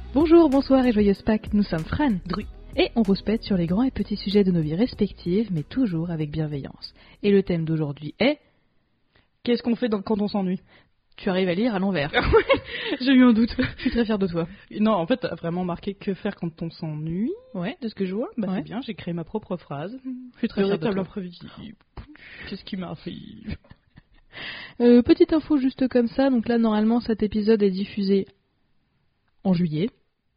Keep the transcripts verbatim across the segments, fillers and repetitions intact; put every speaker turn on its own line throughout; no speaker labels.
Bonjour, bonsoir et joyeuse Pâques, nous sommes Fran, Dru, et on rouspète sur les grands et petits sujets de nos vies respectives, mais toujours avec bienveillance. Et le thème d'aujourd'hui est...
Qu'est-ce qu'on fait dans... quand on s'ennuie?
Tu arrives à lire à l'envers.
J'ai eu un doute.
Je suis très fière de toi.
Non, en fait, t'as vraiment marqué que faire quand on s'ennuie.
Ouais, de ce que je vois.
Bah
ouais.
C'est bien, j'ai créé ma propre phrase.
Je suis très fière de toi.
Imprévisible. Qu'est-ce qui m'arrive?
euh, Petite info juste comme ça, donc là, normalement, cet épisode est diffusé en juillet.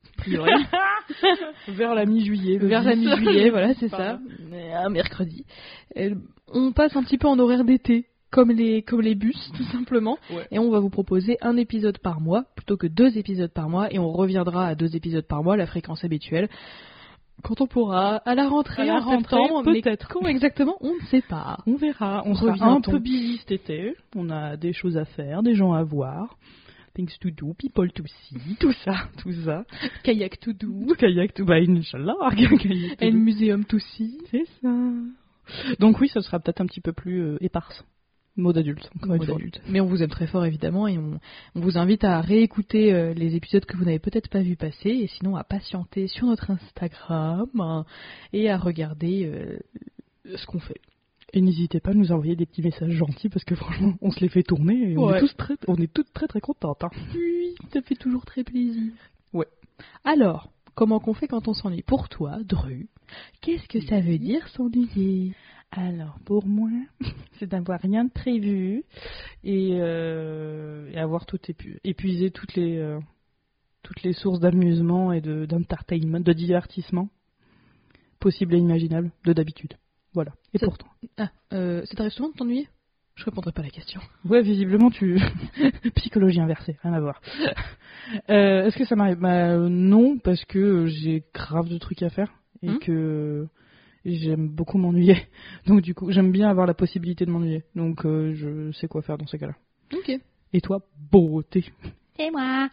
Vers la mi-juillet.
Vers la mi-juillet, voilà, c'est ça. Un mercredi. Euh, on passe un petit peu en horaire d'été, comme les, comme les bus, tout simplement.
Ouais.
Et on va vous proposer un épisode par mois, plutôt que deux épisodes par mois. Et on reviendra à deux épisodes par mois, la fréquence habituelle. Quand on pourra, à la rentrée,
à la
en
rentrée,
septembre,
peut-être.
Mais quand exactement, on ne sait pas.
On verra. On sera un peu busy cet été. On a des choses à faire, des gens à voir. Things to do, people to see, tout ça, tout ça.
Kayak to do.
Kayak to, bah, Inch'Allah.
And museum to see.
C'est ça. Donc oui, ça sera peut-être un petit peu plus euh, éparse. Mot d'adulte, encore une fois.
Mais on vous aime très fort, évidemment, et on, on vous invite à réécouter euh, les épisodes que vous n'avez peut-être pas vu passer, et sinon à patienter sur notre Instagram, hein, et à regarder euh, ce qu'on fait.
Et n'hésitez pas à nous envoyer des petits messages gentils parce que franchement, on se les fait tourner et on,
ouais.
est, tous très, on est toutes très très contentes. Hein.
Oui, ça fait toujours très plaisir.
Ouais.
Alors, comment qu'on fait quand on s'ennuie? Pour toi, Dru, qu'est-ce que ça veut dire s'ennuyer?
Alors, pour moi, c'est d'avoir rien de prévu et, euh, et avoir tout épu- épuisé toutes les, euh, toutes les sources d'amusement et de, d'entertainment, de divertissement possibles et imaginables de d'habitude. Voilà. Et
ça,
pourtant.
Ah, euh, ça t'arrive souvent de t'ennuyer? Je répondrai pas à la question.
Ouais, visiblement, tu... Psychologie inversée, rien à voir. euh, est-ce que ça m'arrive? Bah, euh, non, parce que j'ai grave de trucs à faire et hum. que j'aime beaucoup m'ennuyer. Donc, du coup, j'aime bien avoir la possibilité de m'ennuyer. Donc, euh, je sais quoi faire dans ces cas-là.
Ok.
Et toi, beauté?
C'est moi.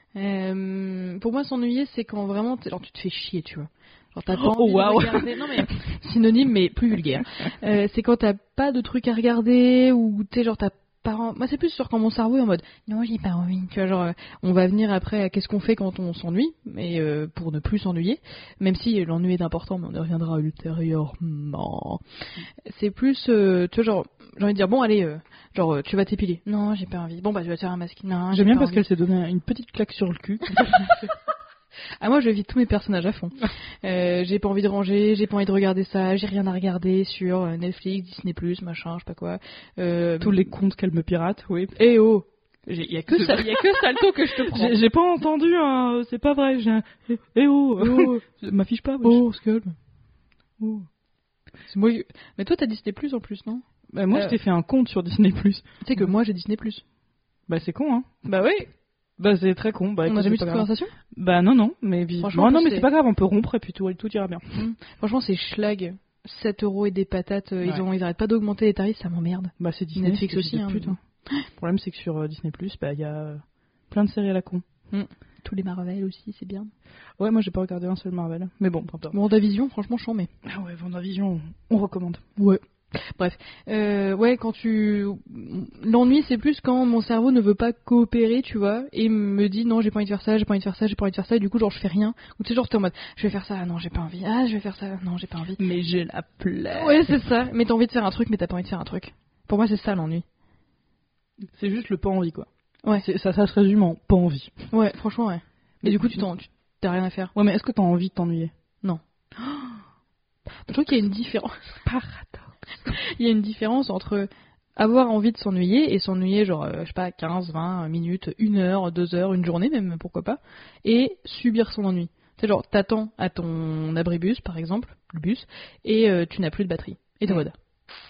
Euh, pour moi, s'ennuyer, c'est quand vraiment genre, tu te fais chier, tu vois. Genre, t'as pas envie
oh, wow.
de regarder. Non, mais synonyme, mais plus vulgaire. Euh, c'est quand t'as pas de trucs à regarder ou tu sais, genre, t'as pas. Moi, c'est plus sur quand mon cerveau est en mode non, j'ai pas envie. Tu vois, genre, euh, on va venir après à qu'est-ce qu'on fait quand on s'ennuie, mais euh, pour ne plus s'ennuyer, même si l'ennui est important, mais on y reviendra ultérieurement. C'est plus, euh, tu vois, genre, j'ai envie de dire, bon, allez, euh, genre, euh, tu vas t'épiler. Non, j'ai pas envie. Bon, bah, tu vas te faire un masque. Non,
j'aime bien parce
envie.
qu'elle s'est donné une petite claque sur le cul.
Ah, moi je vis tous mes personnages à fond. Euh, j'ai pas envie de ranger, j'ai pas envie de regarder ça, j'ai rien à regarder sur Netflix, Disney plus, machin, je sais pas quoi. Euh,
Tous les comptes qu'elle me pirate, oui.
Eh oh, il y a que ça, il y a que Salto que je te prends.
J'ai, j'ai pas entendu, hein, c'est pas vrai. J'ai un... Eh oh, oh. M'affiche pas.
Oh, se calme. Oh. C'est moi. Mais toi t'as Disney plus en plus, non?
Bah moi euh... je t'ai fait un compte sur Disney plus.
Tu sais que moi j'ai Disney plus.
Bah c'est con, hein.
Bah oui.
Bah c'est très con. Bah,
on a jamais eu cette conversation?
Bah non non, mais
franchement
non, non mais
c'est...
c'est pas grave, on peut rompre et puis tout, tout ira bien.
Mmh. Franchement c'est schlag. sept euros et des patates, ouais. ils ont ils arrêtent pas d'augmenter les tarifs, ça m'emmerde.
Bah c'est Disney,
Netflix
c'est
aussi hein.
Plus, le problème c'est que sur euh, Disney plus, bah il y a plein de séries à la con.
Mmh. Tous les Marvel aussi, c'est bien.
Ouais, moi j'ai pas regardé un seul Marvel, mais bon, peu
Bon, WandaVision, franchement, chant, mais.
Ah ouais, WandaVision, on, on recommande.
Ouais. Bref, euh, ouais, quand tu... L'ennui, c'est plus quand mon cerveau ne veut pas coopérer, tu vois, et me dit non, j'ai pas envie de faire ça, j'ai pas envie de faire ça, j'ai pas envie de faire ça, et du coup, genre, je fais rien. Ou tu sais, genre, t'es en mode, je vais faire ça, non, j'ai pas envie, ah, je vais faire ça, non, j'ai pas envie.
Mais j'ai la plaie.
Ouais, c'est ça, mais t'as envie de faire un truc, mais t'as pas envie de faire un truc. Pour moi, c'est ça, l'ennui.
C'est juste le pas envie, quoi.
Ouais.
C'est, ça, ça se résume en pas envie.
Ouais, franchement, ouais. Mais du coup, tu t'en... Tu... T'as rien à faire.
Ouais, mais est-ce que t'as envie de t'ennuyer?
Non. Je trouve qu'il y a une différence.
Paradoxe.
Il y a une différence entre avoir envie de s'ennuyer et s'ennuyer genre, euh, je sais pas, quinze, vingt minutes, une heure, deux heures, une journée même, pourquoi pas, et subir son ennui. Tu sais, genre, t'attends à ton abribus, par exemple, le bus, et euh, tu n'as plus de batterie. Et t'es en mode...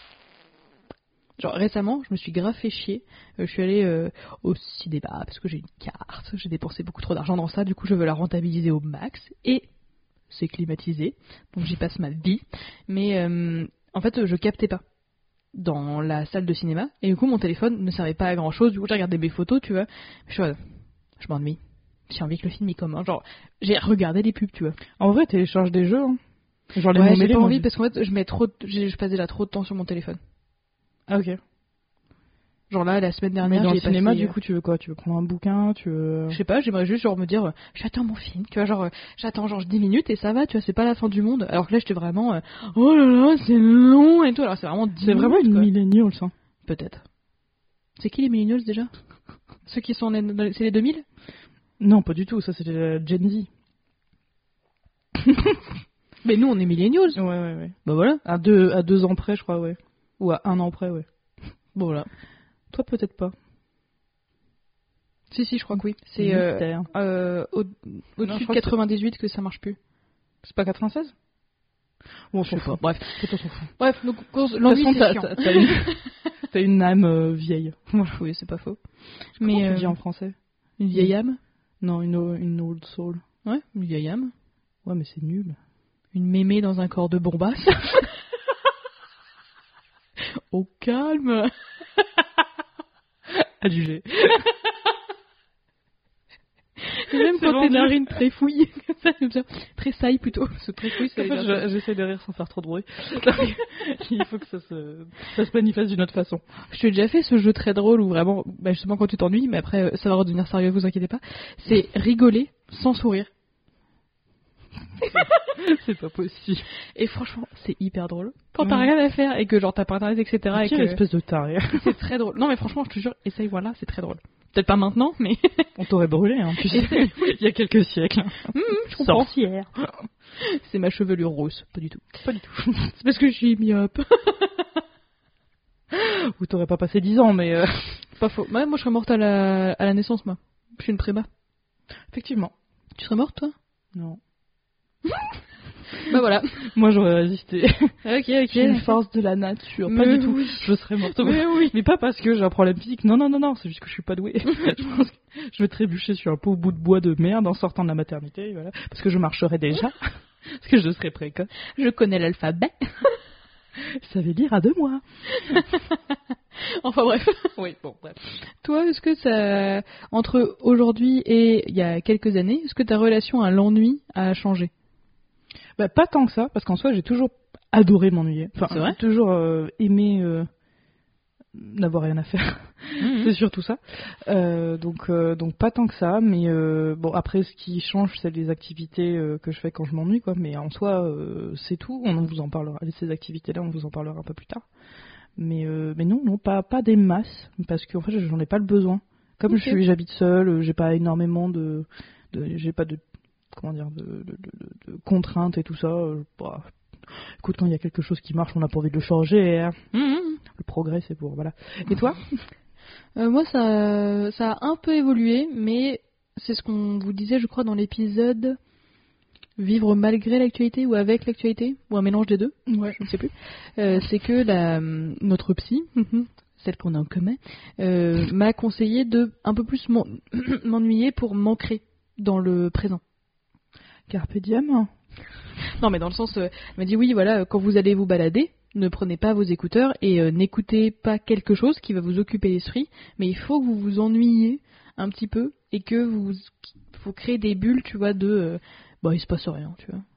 Genre, récemment, je me suis grave fait chier. Euh, je suis allée euh, au cinéma parce que j'ai une carte. J'ai dépensé beaucoup trop d'argent dans ça. Du coup, je veux la rentabiliser au max. Et c'est climatisé. Donc, j'y passe ma vie. Mais euh, en fait, je captais pas dans la salle de cinéma. Et du coup, mon téléphone ne servait pas à grand chose. Du coup, j'ai regardé mes photos, tu vois. Je suis en mode, je m'ennuie. J'ai envie que le film y commence. Genre, j'ai regardé les pubs, tu vois.
En vrai, télécharge des jeux. Hein. Genre les
ouais,
j'ai
pas envie parce qu'en fait, je mets trop, de... je passe déjà trop de temps sur mon téléphone.
Ah ok.
Genre là, la semaine
Mais
dernière,
dans le
j'ai
cinéma,
passé,
du
euh,
coup, tu veux quoi? Tu veux prendre un bouquin? Tu veux...
je sais pas, j'aimerais juste genre me dire, euh, j'attends mon film, tu vois, genre, euh, j'attends genre dix minutes et ça va, tu vois, c'est pas la fin du monde. Alors que là, j'étais vraiment, euh, oh là là, c'est long et tout. Alors c'est vraiment dix
C'est vraiment
minutes,
une
quoi.
millennial, ça.
Peut-être. C'est qui les millennials déjà? Ceux qui sont nés dans les- c'est les deux mille?
Non, pas du tout. Ça, c'était la Gen Z.
Mais nous, on est millennials.
Ouais, ouais, ouais.
Bah voilà.
À deux, à deux ans près, je crois, ouais. Ou à un an près, ouais.
Bon voilà.
Toi, peut-être pas.
Si, si, je crois que oui. C'est euh,
Mystère.
euh, au-
Non, je
au-dessus de
crois que
quatre-vingt-dix-huit que ça marche plus.
C'est pas quatre-vingt-seize? Bon, on
Je
s'en
sais pas.
fout.
Bref.
Peut-être on s'en fout.
Bref, donc cause-
De toute
l'ennui
façon,
c'est
t'as,
chiant.
t'as- t'as une... t'as une âme euh, vieille. Voilà.
Oui, c'est pas faux.
Comment
Mais
tu
euh,
dis en français?
une vieille âme.
Non, une, o- une old soul.
Ouais, une vieille âme.
Ouais, mais c'est nul.
Une mémé dans un corps de bombasse. Au calme.
Adjugé.
Et même
C'est
quand tes
vendu.
narines très fouillées, comme ça, comme ça, très sailles plutôt. Ce très fouille,
En
c'est
fait, je- j'essaie de rire sans faire trop de bruit. Il faut que ça se, ça se manifeste d'une autre façon.
Je t'ai déjà fait ce jeu très drôle où vraiment, bah justement quand tu t'ennuies, mais après euh, ça va redevenir sérieux, vous inquiétez pas. C'est rigoler sans sourire.
C'est pas possible.
Et franchement, c'est hyper drôle. Quand t'as
Ouais.
rien à faire et que genre t'as pas internet, et cetera. Et
Quelle
que
espèce de taré.
c'est très drôle. Non mais franchement, je te jure, essaye, voilà, c'est très drôle. Peut-être pas maintenant, mais
On t'aurait brûlé, hein, tu sais, il y a quelques siècles.
je comprends.
Sorcière.
C'est ma chevelure rose, pas du tout.
Pas du tout.
C'est parce que je suis myope.
Ou t'aurais pas passé dix ans, mais euh,
Pas faux. Ouais, moi je serais morte à la, à la naissance, moi. Je suis une préma.
effectivement.
Tu serais morte, toi?
Non.
Bah voilà.
Moi, j'aurais résisté.
Ok,
Je
ok.
suis une force de la nature.
Mais
pas du tout.
oui.
Je serais morte.
Mais oui.
Mais pas parce que j'ai un problème physique. Non, non, non, non. C'est juste que je suis pas douée. Je pense que je vais trébucher sur un pauvre bout de bois de merde en sortant de la maternité. Voilà. Parce que je marcherais déjà. Parce que je serais précoce.
Je connais l'alphabet.
Je savais lire à deux mois.
Enfin bref.
Oui, bon, bref.
Toi, est-ce que ça, entre aujourd'hui et il y a quelques années, est-ce que ta relation à l'ennui a changé?
Bah, pas tant que ça, parce qu'en soi, j'ai toujours adoré m'ennuyer. Enfin,
C'est vrai
j'ai toujours euh, aimé euh, n'avoir rien à faire. C'est surtout ça. Euh, donc, euh, donc pas tant que ça, mais euh, bon, après, ce qui change, c'est les activités euh, que je fais quand je m'ennuie, quoi. Mais en soi, euh, c'est tout. On vous en parlera. Ces activités-là, on vous en parlera un peu plus tard. Mais, euh, mais non, non, pas, pas des masses, parce qu'en fait, j'en ai pas le besoin. Comme
Ok.
je suis, j'habite seule, euh, j'ai pas énormément de, de j'ai pas de, comment dire, de, de, de, de contraintes et tout ça. euh, bah, écoute, quand il y a quelque chose qui marche, on n'a pas envie de le changer. Hein. Le progrès, c'est pour, voilà. Et toi?
Euh, moi, ça, ça a un peu évolué, mais c'est ce qu'on vous disait, je crois, dans l'épisode Vivre malgré l'actualité ou avec l'actualité, ou un mélange des deux,
Ouais.
je ne sais plus. Euh, c'est que la, notre psy, celle qu'on a en commun, euh, m'a conseillé de un peu plus m'en- m'ennuyer pour m'ancrer dans le présent.
Carpe diem.
Non, mais dans le sens, euh, elle m'a dit oui, voilà, quand vous allez vous balader, ne prenez pas vos écouteurs et euh, n'écoutez pas quelque chose qui va vous occuper l'esprit, mais il faut que vous vous ennuyiez un petit peu et que vous, faut créer des bulles, tu vois, de, euh, bah il se passe rien, tu vois.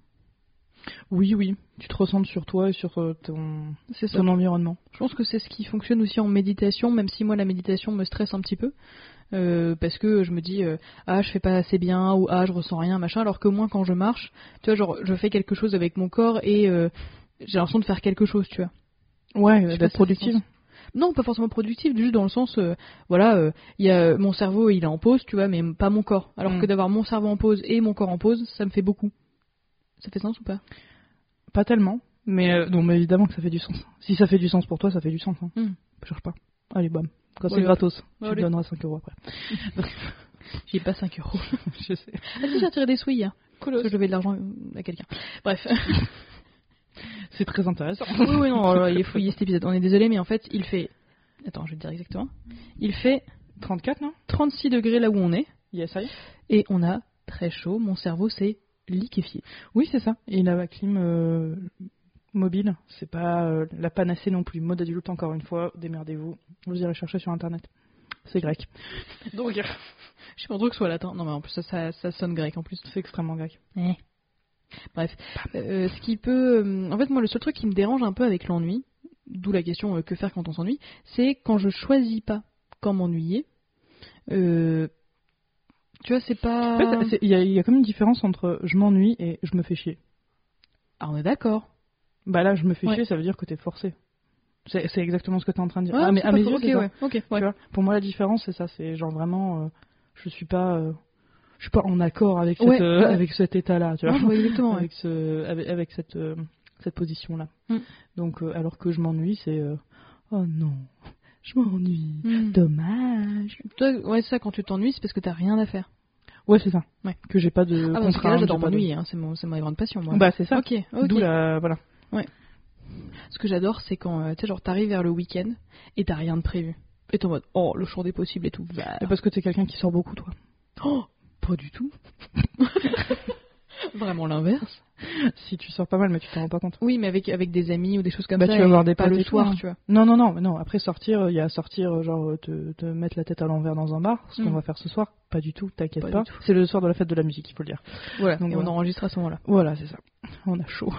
Oui, oui. Tu te ressentes sur toi et sur euh, ton,
C'est ça.
ton environnement.
Je pense que c'est ce qui fonctionne aussi en méditation, même si moi la méditation me stresse un petit peu. Euh, parce que je me dis euh, ah je fais pas assez bien ou ah je ressens rien machin, alors que moi quand je marche, tu vois, genre je fais quelque chose avec mon corps et euh, j'ai l'impression de faire quelque chose, tu vois.
Ouais,
Je sais pas
d'être
si ça fait
productive.
sens. Non, pas forcément productive, juste dans le sens, euh, voilà, euh, il y a mon cerveau, il est en pause, tu vois, mais pas mon corps. Alors
Mm.
que d'avoir mon cerveau en pause et mon corps en pause, ça me fait beaucoup. Ça fait sens ou pas?
Pas tellement. Mais, euh, non, mais évidemment que ça fait du sens. Si ça fait du sens pour toi, ça fait du sens. Hein.
Mm.
Cherche pas. Allez, bam. Quand
Ouais,
c'est gratos, tu
allez.
te donneras cinq euros après.
J'ai pas cinq euros.
Je sais.
Ah si, j'ai retiré des sous hier. Cool. Parce que je devais de l'argent euh, à quelqu'un. Bref.
C'est très intéressant.
oui, oui, non, alors, il est fouillé cet épisode. On est désolé, mais en fait, il fait. Attends, je vais te dire exactement. Il fait
trente-quatre, non?
trente-six degrés là où on est.
Yes, I.
Et on a très chaud. Mon cerveau s'est liquéfié.
Oui, c'est ça. Et la clim euh, mobile, c'est pas euh, la panacée non plus. Mode adulte, encore une fois, démerdez-vous. Vous irez chercher sur internet. C'est grec. Donc,
Je sais pas trop que ce soit latin. Non, mais en plus, ça, ça, ça sonne grec en plus.
c'est extrêmement grec.
Eh. Bref. Euh, ce qui peut. euh, En fait, moi, le seul truc qui me dérange un peu avec l'ennui, d'où la question euh, que faire quand on s'ennuie, c'est quand je choisis pas quand m'ennuyer. Euh, tu vois, c'est pas...
En fait, c'est- il y, a- il y a comme une différence entre je m'ennuie et je me fais chier.
Ah, on est d'accord.
Bah là, je me fais
Ouais.
chier, ça veut dire que t'es forcé. C'est, c'est exactement ce que t'es en train de dire.
Ouais,
ah, mais
c'est
à
pas
mes
faux.
yeux,
Ok,
c'est ça.
ouais. Ok,
Tu
ouais.
vois, pour moi, la différence, c'est ça. C'est genre vraiment, euh, je suis pas, euh, je suis pas en accord avec cette,
Ouais,
euh,
ouais.
avec cet état-là, tu vois,
Non, je vois exactement, ouais.
avec ce, avec, avec cette, euh, cette position-là.
Mm.
Donc, euh, alors que je m'ennuie, c'est, euh, oh non, je m'ennuie,
Mm.
dommage.
Toi, ouais, ça, quand tu t'ennuies, c'est parce que t'as rien à faire.
Ouais, c'est ça.
Ouais.
Que j'ai pas de
Ah, dans ce cas-là,
contraintes.
j'adore
j'ai pas de-
m'ennuyer, hein. c'est, mon, c'est ma grande passion, moi.
Bah, c'est ça.
Ok, ok.
D'où la, voilà.
Ce que j'adore, c'est quand, euh, tu sais, genre, t'arrives vers le week-end et t'as rien de prévu. Et t'es en mode, oh, le champ des possibles et tout. Bah,
Mais parce que t'es quelqu'un qui sort beaucoup, toi.
oh, pas du tout. Vraiment l'inverse.
Si tu sors pas mal, mais tu t'en rends pas compte.
Oui, mais avec, avec des amis ou des choses comme
Bah,
ça.
tu vas
et
voir des
pas
potes
le
et tout,
soir,
hein.
tu vois.
Non, non, non, mais non. Après sortir, il y a sortir, genre te, te mettre la tête à l'envers dans un bar, ce qu'on
Mm.
va faire ce soir. Pas du tout, t'inquiète
Pas
pas.
du tout.
C'est le soir de la fête de la musique, il faut le dire.
Voilà,
Donc,
et
voilà.
on enregistre à ce moment-là.
Voilà, c'est ça. On a chaud.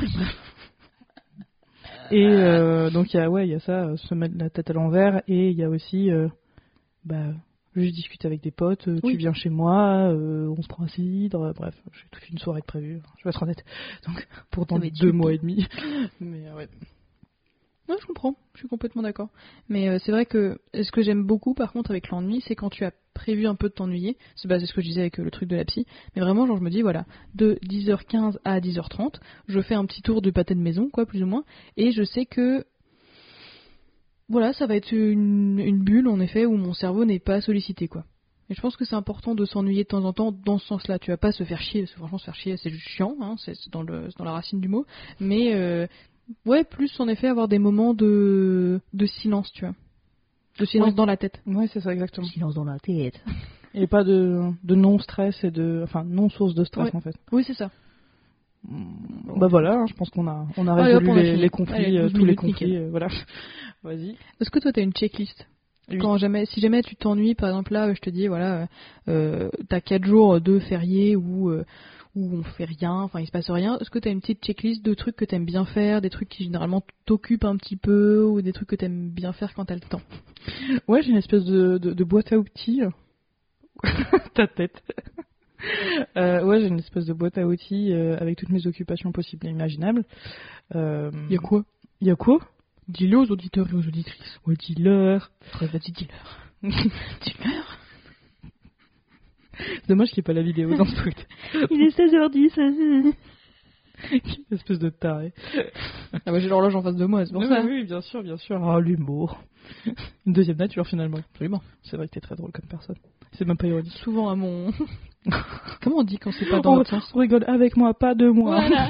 Et euh, donc il y a, ouais, il y a ça, euh, se mettre la tête à l'envers, et il y a aussi, euh, bah, je discute avec des potes. euh,
Oui.
Tu viens chez moi, euh, on se prend un cidre. euh, bref, j'ai toute une soirée de prévue. Je vais être honnête. Donc pour dans
Ça va être
deux
super.
mois et demi. Mais euh, ouais.
Ouais, je comprends, je suis complètement d'accord. Mais euh, c'est vrai que ce que j'aime beaucoup par contre avec l'ennui, c'est quand tu as prévu un peu de t'ennuyer. C'est, bah, c'est ce que je disais avec euh, le truc de la psy. Mais vraiment, genre, je me dis, voilà, de dix heures quinze à dix heures trente, je fais un petit tour de pâté de maison, quoi, plus ou moins. Et je sais que, voilà, ça va être une, une bulle, en effet, où mon cerveau n'est pas sollicité, quoi. Et je pense que c'est important de s'ennuyer de temps en temps dans ce sens-là. Tu vas pas se faire chier, parce que franchement, se faire chier, c'est juste chiant, hein, c'est, c'est, dans le, c'est dans la racine du mot. Mais... Euh, ouais, plus en effet avoir des moments de, de silence, tu vois. De silence
Ouais.
dans la tête.
Ouais, c'est ça exactement.
Silence dans la tête.
Et pas de, de non-stress et de, enfin, non-source de stress
Ouais.
en fait.
Oui, c'est ça.
Bah voilà, hein, je pense qu'on a, on a
Allez, hop,
résolu
on a
les,
fini.
les conflits,
Allez,
euh,
douze
tous les
minutes,
conflits,
nickel.
euh, voilà. Vas-y.
Est-ce que toi, t'as une checklist?
Oui.
Quand jamais, si jamais tu t'ennuies, par exemple là, je te dis, voilà, euh, t'as quatre jours de fériés où, euh, où on fait rien, enfin il se passe rien. Est-ce que t'as une petite checklist de trucs que t'aimes bien faire, des trucs qui généralement t'occupent un petit peu, ou des trucs que t'aimes bien faire quand t'as le temps?
Ouais, j'ai une espèce de, de, de boîte à outils. Ta tête. euh, ouais, j'ai une espèce de boîte à outils euh, avec toutes mes occupations possibles et imaginables. Euh,
Y a quoi?
Y a quoi?
Dis-le aux auditeurs et aux auditrices.
Ouais, dis-leur.
Ouais, vas-y, dis-leur. Dis-leur.
C'est dommage qu'il n'y ait pas la vidéo dans ce truc.
Il est seize heures dix.
Espèce de taré.
Ah bah j'ai l'horloge en face de moi, c'est pour
Oui,
ça.
oui, bien sûr, bien sûr. Ah, l'humour. Une deuxième nature finalement.
Absolument.
C'est vrai que t'es très drôle comme personne. C'est même pas ironique.
Souvent à mon... Comment on dit quand c'est pas dans
on,
l'autre sens?
on rigole avec moi, pas de moi.
Voilà.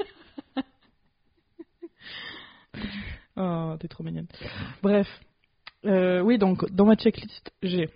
Oh, t'es trop mignonne. Bref. Euh, oui, donc, dans ma checklist, j'ai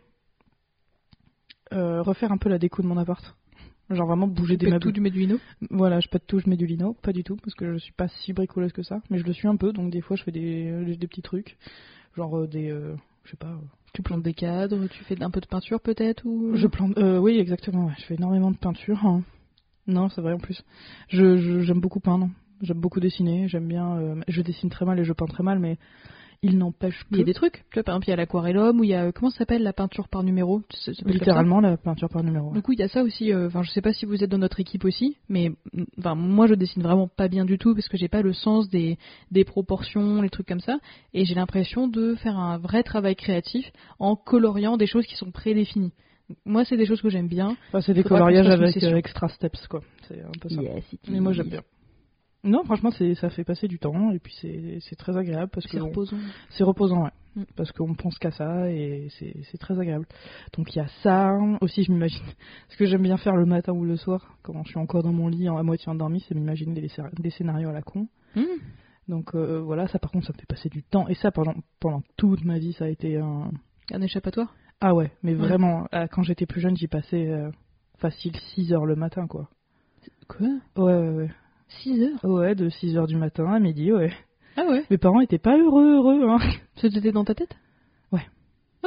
euh, refaire un peu la déco de mon appart. Genre vraiment bouger des
Pète
meubles.
tout, du mets du lino.
Voilà, je pète tout, je mets du lino. Pas du tout, parce que je suis pas si bricoleuse que ça. Mais je le suis un peu, donc des fois je fais des, euh, des petits trucs. Genre euh, des... Euh, je sais pas... euh,
Tu plantes des cadres, tu fais un peu de peinture peut-être ou...
Je plante... Euh, oui, exactement. Ouais. Je fais énormément de peinture. Hein. Non, c'est vrai en plus. Je, je- j'aime beaucoup peindre. J'aime beaucoup dessiner. J'aime bien... euh, je dessine très mal et je peins très mal, mais il n'empêche
Il y a
que...
des trucs. Tu vois, par exemple, il y a l'aquarellum ou il y a... Comment ça s'appelle la peinture par numéro? Ça s'appelle comme ça.
Littéralement, la peinture par numéro. Ouais.
Du coup, il y a ça aussi. euh, Enfin, je sais pas si vous êtes dans notre équipe aussi, mais mm, enfin, moi, je dessine vraiment pas bien du tout parce que j'ai pas le sens des, des proportions, les trucs comme ça, et j'ai l'impression de faire un vrai travail créatif en coloriant des choses qui sont prédéfinies. Moi, c'est des choses que j'aime bien.
Enfin, c'est des
Faudra qu'on
coloriages
se fasse une
avec
session.
euh, extra steps, quoi. C'est un peu ça.
Yes,
Mais moi, j'aime bien. Non, franchement, c'est, ça fait passer du temps et puis c'est, c'est très agréable parce que
C'est
on-
reposant.
c'est reposant, ouais.
Mm.
Parce qu'on pense qu'à ça et c'est, c'est très agréable. Donc il y a ça. Aussi, je m'imagine. Ce que j'aime bien faire le matin ou le soir, quand je suis encore dans mon lit en- à moitié endormi, c'est m'imaginer des, des scénarios à la con.
Mm.
Donc euh, voilà, ça par contre, ça me fait passer du temps. Et ça, pendant, pendant toute ma vie, ça a été un...
Un échappatoire.
Ah ouais, mais
Ouais.
vraiment, ah, quand j'étais plus jeune, j'y passais euh, facile six heures le matin, quoi.
Quoi?
Ouais, ouais, ouais.
six heures?
Ouais, de six heures du matin à midi, ouais.
Ah ouais.
Mes parents étaient pas heureux, heureux, hein.
C'était dans ta tête?
Ouais.
Ok.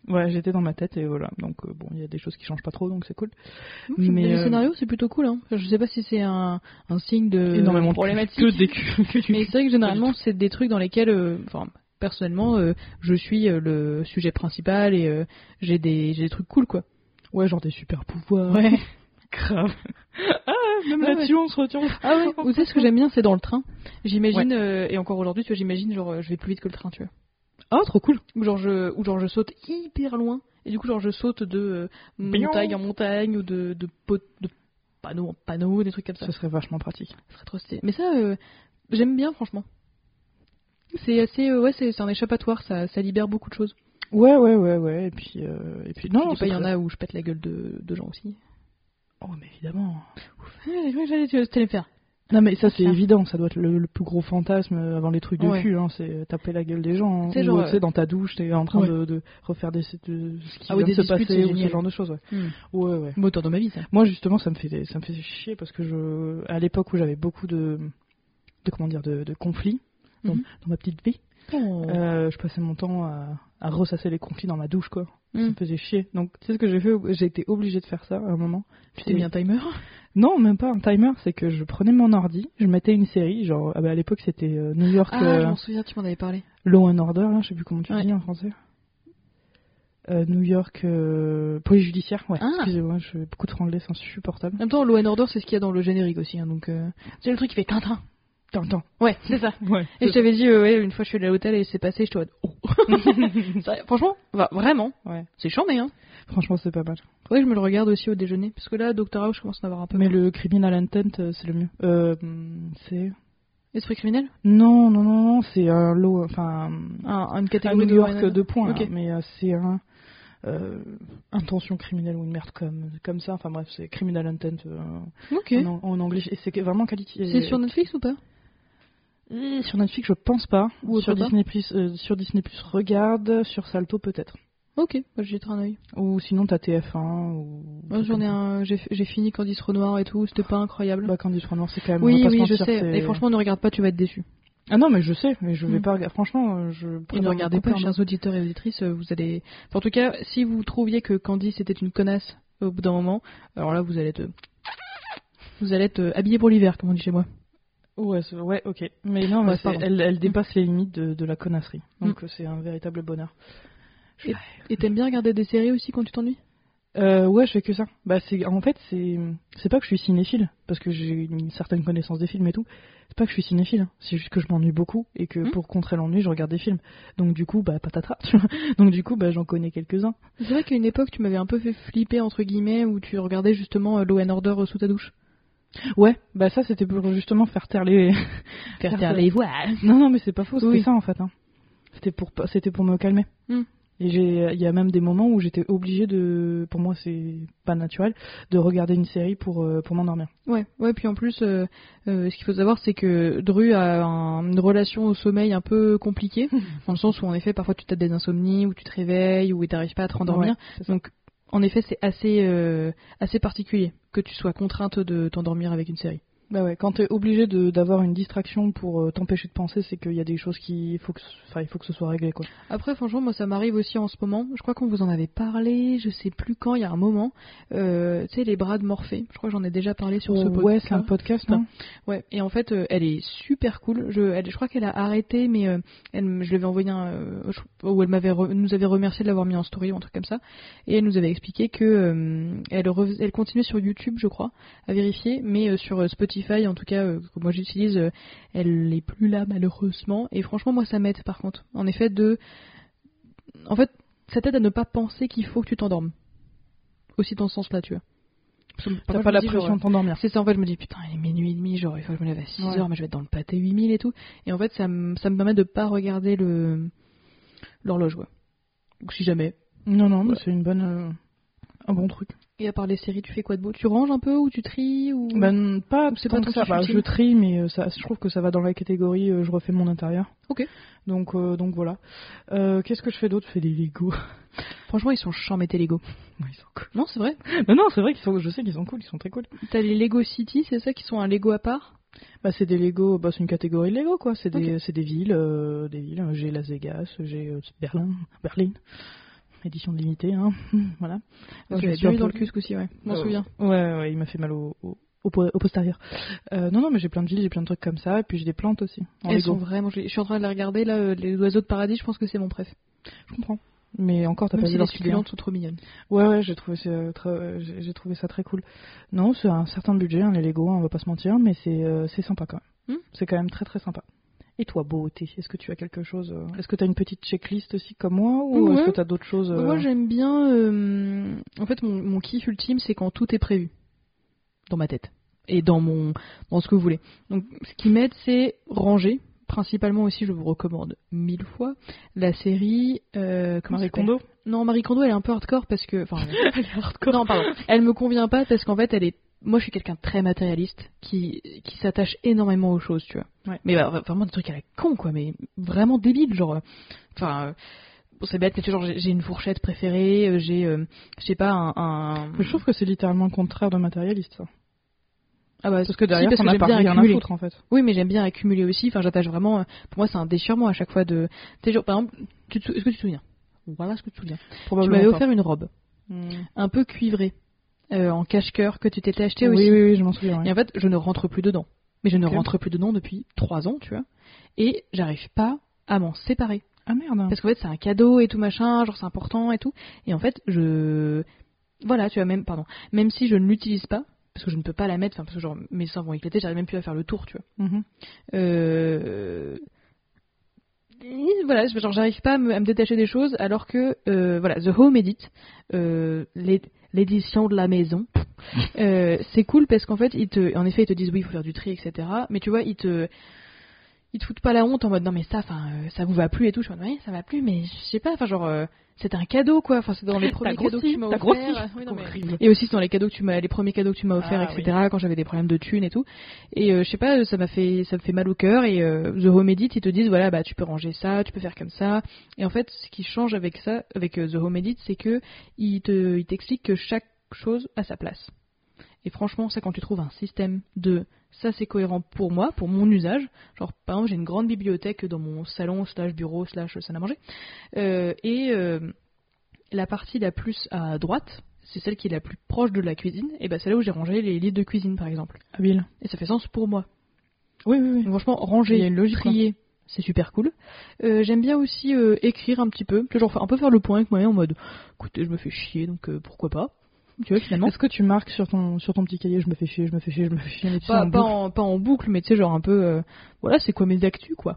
Ouais, j'étais dans ma tête et voilà. Donc euh, bon, il y a des choses qui changent pas trop, donc c'est cool.
Mais, mais le
euh,
scénario, c'est plutôt cool. Hein. Je sais pas si c'est un, un signe de
énormément
problématique.
Que des culs.
Mais c'est vrai que généralement, c'est des trucs dans lesquels, euh, enfin, personnellement, euh, je suis euh, le sujet principal et euh, j'ai des, j'ai des trucs cool, quoi.
Ouais, genre des super pouvoirs.
Ouais.
Grave. Ah, même
Ah,
là-dessus,
ouais.
on se retient.
Ah ouais. Vous savez ce que j'aime bien, c'est dans le train. J'imagine,
Ouais.
euh, et encore aujourd'hui, tu vois, j'imagine, genre, euh, je vais plus vite que le train, tu vois.
Oh, trop cool.
Ou genre je, ou genre je saute hyper loin. Et du coup, genre je saute de euh, montagne en montagne ou de, de, pot- de panneau en panneau, des trucs comme ça.
Ce serait vachement pratique.
Ce serait trop stylé. Mais ça, euh, j'aime bien, franchement. C'est assez, euh, ouais, c'est, c'est un échappatoire, ça, ça libère beaucoup de choses.
Ouais, ouais, ouais, ouais. Et puis, euh, et puis
Non,
non,
je dis
c'est
pas, il y en
très-
a où je pète la gueule de, de gens aussi.
Oh, mais évidemment.
Ouais, je crois que j'allais te te les faire.
Non, mais ça, c'est
Tiens.
évident. Ça doit être le, le plus gros fantasme avant les trucs de
Ouais.
cul. Hein, c'est taper la gueule des gens. Hein.
C'est
Ou,
genre,
tu sais,
euh,
dans ta douche, t'es en train
ouais.
de, de refaire des, de, ce qui
Ah oui,
vient de
des
se
disputes,
passer
c'est
ou ce
génial.
genre de choses. Ouais,
Hmm.
ouais, ouais.
Moteur de ma vie, ça.
Moi, justement, ça me fait, ça me fait chier parce que je, à l'époque où j'avais beaucoup de, de comment dire, de, de conflits dans,
Mhm.
dans ma petite vie,
Oh.
euh, je passais mon temps à, à ressasser les conflits dans ma douche, quoi. Ça
Hmm.
me faisait chier. Donc, tu sais ce que j'ai fait? J'ai été obligée de faire ça à un moment.
Tu t'es mis un timer?
Non, même pas un timer. C'est que je prenais mon ordi, je mettais une série. Genre, ah bah, à l'époque, c'était euh, New York
Ah,
euh,
je m'en souviens, tu m'en avais parlé.
Law and Order. Là, je sais plus comment tu
Ouais.
dis en français. Euh, New York euh, police judiciaire. Ouais.
Ah.
Excusez-moi, je fais beaucoup de franglais, c'est insupportable.
En même temps, Law and Order, c'est ce qu'il y a dans le générique aussi. Hein, donc, euh... c'est le truc qui fait Tintin.
Tintin.
Ouais, c'est ça.
Ouais.
Et je t'avais dit, euh, ouais, une fois je suis allée à l'hôtel et c'est passé, je te vois, oh. Ça, franchement, va, vraiment,
Ouais.
c'est charmé, hein.
Franchement, c'est pas mal.
Faudrait que je me le regarde aussi au déjeuner. Parce que là, Doctor House, je commence à en avoir un peu
Mais
marre.
le Criminal Intent, euh, c'est le mieux. Euh, c'est.
Esprit criminel
Non, non, non, non, c'est un lot. Enfin.
ah, Une
À
catégorie
New
de
York,
Law and
deux points.
Ok.
Hein, mais euh, c'est un. Euh, intention criminelle ou une merde comme, comme ça. Enfin bref, c'est Criminal Intent euh,
Ok.
en, en anglais. Et c'est vraiment qualité.
C'est sur Netflix ou pas
Et sur Netflix, je pense pas.
Ou
sur
autre part
Disney Plus, euh, sur Disney Plus, regarde. Sur Salto peut-être.
Ok, bah, j'y jetterai un oeil.
Ou sinon t'as T F un. Ou...
Moi, j'en ai un, j'ai, j'ai fini Candice Renoir et tout, c'était pas incroyable.
Bah Candice Renoir, c'est quand même.
oui,
on va pas
oui,
se
je
mentir,
sais.
c'est-
Et franchement, ne regarde pas, tu vas être déçu.
Ah non, mais je sais, mais je vais
Mm.
pas regarder. Franchement, euh, je.
Et ne
préfère
regardez
me couper
pas,
un
chers auditeurs et auditrices, euh, vous allez... Enfin, en tout cas, si vous trouviez que Candice était une connasse au bout d'un moment, alors là, vous allez être... Vous allez être euh, habillé pour l'hiver, comme on dit chez moi.
Ouais, c'est- ouais, ok. Mais non, mais
Ouais,
c'est-
pardon.
elle, elle dépasse les limites de, de la connasserie. Donc euh, c'est un véritable bonheur. Je-
Et t'aimes bien regarder des séries aussi quand tu t'ennuies
Euh, ouais, je fais que ça. Bah, c'est, en fait, c'est, c'est pas que je suis cinéphile, parce que j'ai une certaine connaissance des films et tout. C'est pas que je suis cinéphile, hein. C'est juste que je m'ennuie beaucoup et que
Mm.
pour contrer l'ennui, je regarde des films. Donc du coup, bah, patatras, tu vois. Donc du coup, bah, j'en connais quelques-uns.
C'est vrai qu'à une époque, tu m'avais un peu fait flipper, entre guillemets, où tu regardais justement euh, Law and Order euh, sous ta douche.
Ouais, bah ça, c'était pour justement faire taire les.
Faire
taire
les voix.
Non, non, mais c'est pas faux, c'était
Oui.
ça en fait. Hein. C'était pour, pas- c'était pour me calmer.
Mm.
Et j'ai, il y a même des moments où j'étais obligée de, pour moi c'est pas naturel, de regarder une série pour, euh, pour m'endormir.
Ouais, ouais, puis en plus, euh, euh, ce qu'il faut savoir, c'est que Dru a un- une relation au sommeil un peu compliquée, dans le sens où, en effet, parfois tu as des insomnies, ou tu te réveilles, ou tu n'arrives pas à te rendormir.
Ouais, c'est ça.
Donc, en effet, c'est assez, euh, assez particulier que tu sois contrainte de t'endormir avec une série.
Bah ouais, quand t'es obligé de, d'avoir une distraction pour euh, t'empêcher de penser, c'est qu'il y a des choses qui, il faut que, enfin, il faut que ce soit réglé quoi.
Après, franchement, moi, ça m'arrive aussi en ce moment. Je crois qu'on vous en avait parlé, je sais plus quand, il y a un moment. Euh, tu sais, les bras de Morphée. Je crois que j'en ai déjà parlé sur ce
Oh,
podcast.
ouais, c'est un podcast, non?
Ouais, et en fait, euh, elle est super cool. Je, elle, je crois qu'elle a arrêté, mais euh, elle, me- je lui avais envoyé un. Euh, je- où elle m'avait re- nous avait remercié de l'avoir mis en story ou un truc comme ça. Et elle nous avait expliqué que euh, elle, rev- elle continuait sur YouTube, je crois, à vérifier, mais euh, sur euh, Spotify, en tout cas, euh, que moi j'utilise, euh, elle est plus là malheureusement. Et franchement, moi, ça m'aide par contre. En effet, de. En fait, ça t'aide à ne pas penser qu'il faut que tu t'endormes. Aussi dans ce sens-là, tu vois. Parce que
T'as
parfois,
pas
je me
la
dis,
pression
genre,
de t'endormir.
c'est ça, en fait, je me dis, putain, il est minuit et demi, genre, il faut que je me lève à six
Ouais.
heures, mais je vais être dans le pâté huit mille et tout. Et en fait, ça, me- ça me permet de pas regarder le l'horloge, ouais. Donc, si jamais.
Non, non, mais
Ouais.
c'est une bonne, euh, un bon truc.
Et à part les séries, tu fais quoi de beau? Tu ranges un peu ou tu tries ou...
Ben, pas,
C'est
tant
pas
que
ton
ça.
kiff
Bah,
ultime.
je trie, mais euh, ça, je trouve que ça va dans la catégorie euh, je refais mon intérieur.
Ok.
Donc, euh, donc voilà. Euh, qu'est-ce que je fais d'autre? Je fais des Lego.
Franchement, ils sont charmés tes Lego.
Ouais, ils sont cool.
Non, c'est vrai.
Non, non, c'est vrai qu'ils sont, je sais qu'ils sont cool, ils sont très cool.
T'as les Lego City, c'est ça, qui sont un Lego à part?
Bah, c'est des Lego, bah, c'est une catégorie de Lego, quoi. C'est des,
Ok.
c'est des villes, euh, des villes. J'ai Las Vegas, j'ai euh, Berlin, Berlin. édition limitée, hein. Voilà.
Je l'avais bien eu dans le cul ce coup-ci, ouais. Je m'en
euh,
souviens.
Ouais, ouais, il m'a fait mal au, au, au, au postérieur. Euh, non, non, mais j'ai plein de villes, j'ai plein de trucs comme ça, et puis j'ai des plantes aussi.
Elles Lego. Sont vraiment. Je suis en train de les regarder là, les oiseaux de paradis. Je pense que c'est mon préf.
Je comprends. Mais encore, t'as
Même
pas
si
vu
les
leur
succulentes sont trop mignonnes.
Ouais, ouais, j'ai trouvé ça très, j'ai, j'ai trouvé ça très cool. Non, c'est un certain budget, hein, les Lego, hein, on va pas se mentir, mais c'est, euh, c'est sympa quand même. Hmm c'est quand même très très sympa. Et toi, beauté, est-ce que tu as quelque chose euh... Est-ce que tu as une petite checklist aussi comme moi ou ouais. Est-ce que tu as d'autres choses euh...
Moi, j'aime bien. Euh... En fait, mon, mon kiff ultime, c'est quand tout est prévu dans ma tête et dans mon dans ce que vous voulez. Donc, ce qui m'aide, c'est ranger. Principalement aussi, je vous recommande mille fois la série euh,
Marie Kondo.
Non, Marie Kondo, elle est un peu hardcore parce que, enfin, elle est hardcore. Non, pardon. Elle me convient pas parce qu'en fait, elle est. Moi, je suis quelqu'un de très matérialiste qui qui s'attache énormément aux choses, tu vois.
Ouais.
Mais bah, vraiment des trucs à la con, quoi. Mais vraiment débile, genre. Enfin. Euh, Bon, c'est bête, mais tu vois, genre, j'ai, j'ai une fourchette préférée, j'ai, euh, je sais pas, un, un...
Je trouve que c'est littéralement le contraire de matérialiste, ça.
Ah bah,
parce que derrière,
si, parce
on a pas rien à foutre, en fait.
Oui, mais j'aime bien accumuler aussi. Enfin, j'attache vraiment. Pour moi, c'est un déchirement à chaque fois de. Tu sais, genre, par exemple, tu te... est-ce que tu te souviens Voilà ce que tu te souviens.
Probablement.
Tu m'avais
pas.
offert une robe,
hmm.
un peu cuivrée, euh, en cache-cœur que tu t'étais acheté
oui,
aussi.
Oui, oui, je m'en souviens. Ouais.
Et en fait, je ne rentre plus dedans. Mais je ne
okay.
rentre plus dedans depuis trois ans, tu vois. Et j'arrive pas à m'en séparer.
Ah merde.
Parce qu'en fait, c'est un cadeau et tout machin, genre c'est important et tout. Et en fait, je. Voilà, tu vois, même. Pardon. Même si je ne l'utilise pas. Parce que je ne peux pas la mettre, parce que genre mes seins vont éclater, j'arrive même plus à faire le tour, tu vois.
Mm-hmm.
Euh... Et voilà, genre j'arrive pas à me, à me détacher des choses, alors que euh, voilà, The Home Edit, euh, l'édition de la maison, euh, c'est cool parce qu'en fait, ils te, en effet, ils te disent oui, il faut faire du tri, et cetera. Mais tu vois, ils te ils te foutent pas la honte en mode non mais ça, enfin, euh, ça vous va plus et tout. Je me dis oui, ça va plus, mais je sais pas, enfin genre. Euh, c'est un cadeau quoi, enfin c'est dans les premiers
grossi,
cadeaux que tu m'as offert. Oui, non, mais... Et aussi c'est dans les cadeaux que tu m'as, les premiers cadeaux que tu m'as offert, ah, et cetera. Oui. Quand j'avais des problèmes de thunes et tout. Et euh, je sais pas, ça m'a fait, ça me fait mal au cœur. Et euh, The Home Edit, ils te disent voilà bah tu peux ranger ça, tu peux faire comme ça. Et en fait, ce qui change avec ça, avec euh, The Home Edit, c'est que ils te, ils t'expliquent que chaque chose a sa place. Et franchement, ça quand tu trouves un système de ça c'est cohérent pour moi, pour mon usage. Genre par exemple, j'ai une grande bibliothèque dans mon salon slash bureau slash salle à manger. Euh, et euh, la partie la plus à droite, c'est celle qui est la plus proche de la cuisine, et bah c'est là où j'ai rangé les livres de cuisine par exemple.
Habile.
Et ça fait sens pour moi.
Oui, oui, oui.
Donc, franchement, ranger,
il y a une logique,
trier, c'est super cool. Euh, j'aime bien aussi euh, écrire un petit peu, genre un peu faire le point avec moi en mode, écoutez, je me fais chier, donc euh, pourquoi pas. Tu vois, finalement.
Est-ce que tu marques sur ton, sur ton petit cahier, je me fais chier, je me fais chier, je me fais chier, mais tu
pas,
en
pas, en, pas en boucle, mais tu sais, genre un peu, euh, voilà, c'est quoi mes actus, quoi.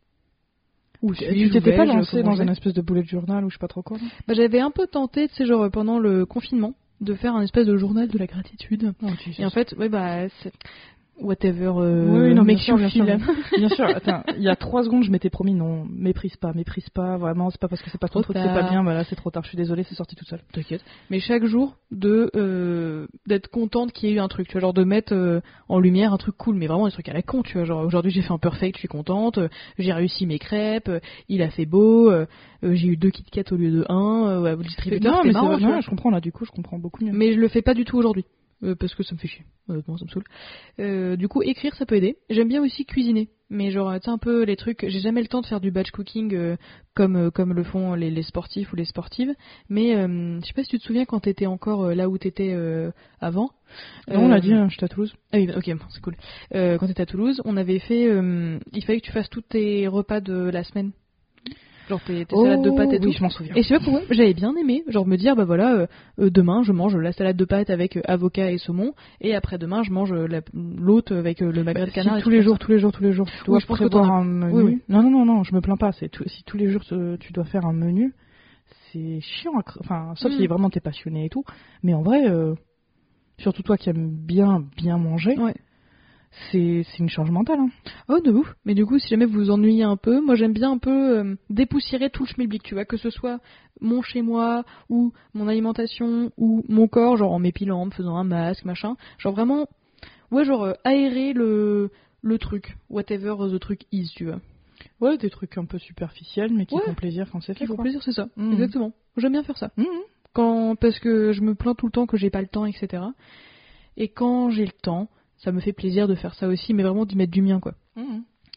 Ou tu t'étais pas lancé dans une espèce de bullet journal ou je sais pas trop quoi.
Bah, j'avais un peu tenté, tu sais, genre pendant le confinement, de faire un espèce de journal de la gratitude.
Oh,
et en fait, ouais, bah, c'est... whatever, euh,
oui, non,
make
bien sûr,
you
bien
feel.
Sûr, bien sûr, attends, il y a trois secondes, je m'étais promis, non, méprise pas, méprise pas, vraiment, c'est pas parce que c'est pas ton truc, c'est pas bien, voilà, c'est trop tard, je suis désolée, c'est sorti tout seul.
T'inquiète. Mais chaque jour, de euh, d'être contente qu'il y ait eu un truc, tu vois, genre de mettre euh, en lumière un truc cool, mais vraiment des trucs à la con, tu vois, genre aujourd'hui j'ai fait un perfect, je suis contente, euh, j'ai réussi mes crêpes, euh, il a fait beau, euh, euh, j'ai eu deux Kit Kat au lieu de un, euh, ouais, distributeur,
non,
c'est
mais
marrant,
c'est, non, je comprends là, du coup, je comprends beaucoup mieux.
Mais je le fais pas du tout aujourd'hui. Euh, parce que ça me fait chier, honnêtement, ça me saoule. Euh, du coup, écrire, ça peut aider. J'aime bien aussi cuisiner, mais genre, tu sais, un peu les trucs. J'ai jamais le temps de faire du batch cooking euh, comme euh, comme le font les, les sportifs ou les sportives. Mais euh, je sais pas si tu te souviens quand t'étais encore euh, là où t'étais euh, avant.
Non, euh, on l'a dit, hein, j'étais à Toulouse.
Ah oui, ok, bon, c'est cool. Euh, quand t'étais à Toulouse, on avait fait. Euh, il fallait que tu fasses tous tes repas de la semaine. Genre tes, tes
oh,
salades de pâtes et
oui,
tout.
Je m'en souviens.
Et je sais pas pourquoi, j'avais bien aimé, genre me dire bah voilà, euh, euh, demain je mange la salade de pâtes avec euh, avocat et saumon, et après demain je mange euh, la, l'autre avec euh, le magret
bah,
de canard.
Si tous les jours, tous les jours, tous les jours, tu dois
oui, je pense
prévoir un menu.
Oui, oui.
Non, non, non, non, je me plains pas. C'est tout, si tous les jours tu dois faire un menu, c'est chiant. Enfin, sauf mm. si vraiment t'es passionné et tout. Mais en vrai, euh, surtout toi qui aimes bien, bien manger.
Ouais.
C'est, c'est une charge mentale. Hein.
Oh, de ouf. Mais du coup, si jamais vous vous ennuyez un peu, moi j'aime bien un peu euh, dépoussiérer tout le schmilblick, tu vois, que ce soit mon chez moi, ou mon alimentation, ou mon corps, genre en m'épilant, en me faisant un masque, machin. Genre vraiment, ouais, genre euh, aérer le, le truc, whatever the truc is, tu vois.
Ouais, des trucs un peu superficiels, mais qui
ouais.
font plaisir quand c'est fait.
Qui font
quoi.
plaisir, c'est ça.
Mmh.
Exactement. J'aime bien faire ça.
Mmh.
Quand, parce que je me plains tout le temps que j'ai pas le temps, et cetera. Et quand j'ai le temps, ça me fait plaisir de faire ça aussi, mais vraiment d'y mettre du mien, quoi.
Mmh.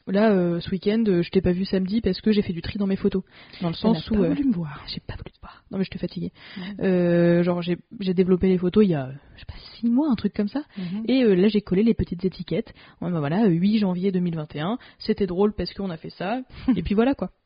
Là, euh, ce week-end, euh, je t'ai pas vu samedi parce que j'ai fait du tri dans mes photos. Dans le sens
Elle a
où...
pas
euh,
voulu me voir.
J'ai pas voulu te voir. Non mais je t'ai fatiguée.
Ouais.
Euh, genre j'ai, j'ai développé les photos il y a, je sais pas, six mois, un truc comme ça.
Mhm.
Et euh, là j'ai collé les petites étiquettes. Ouais, bah voilà, huit janvier deux mille vingt et un. C'était drôle parce qu'on a fait ça. Et puis voilà quoi.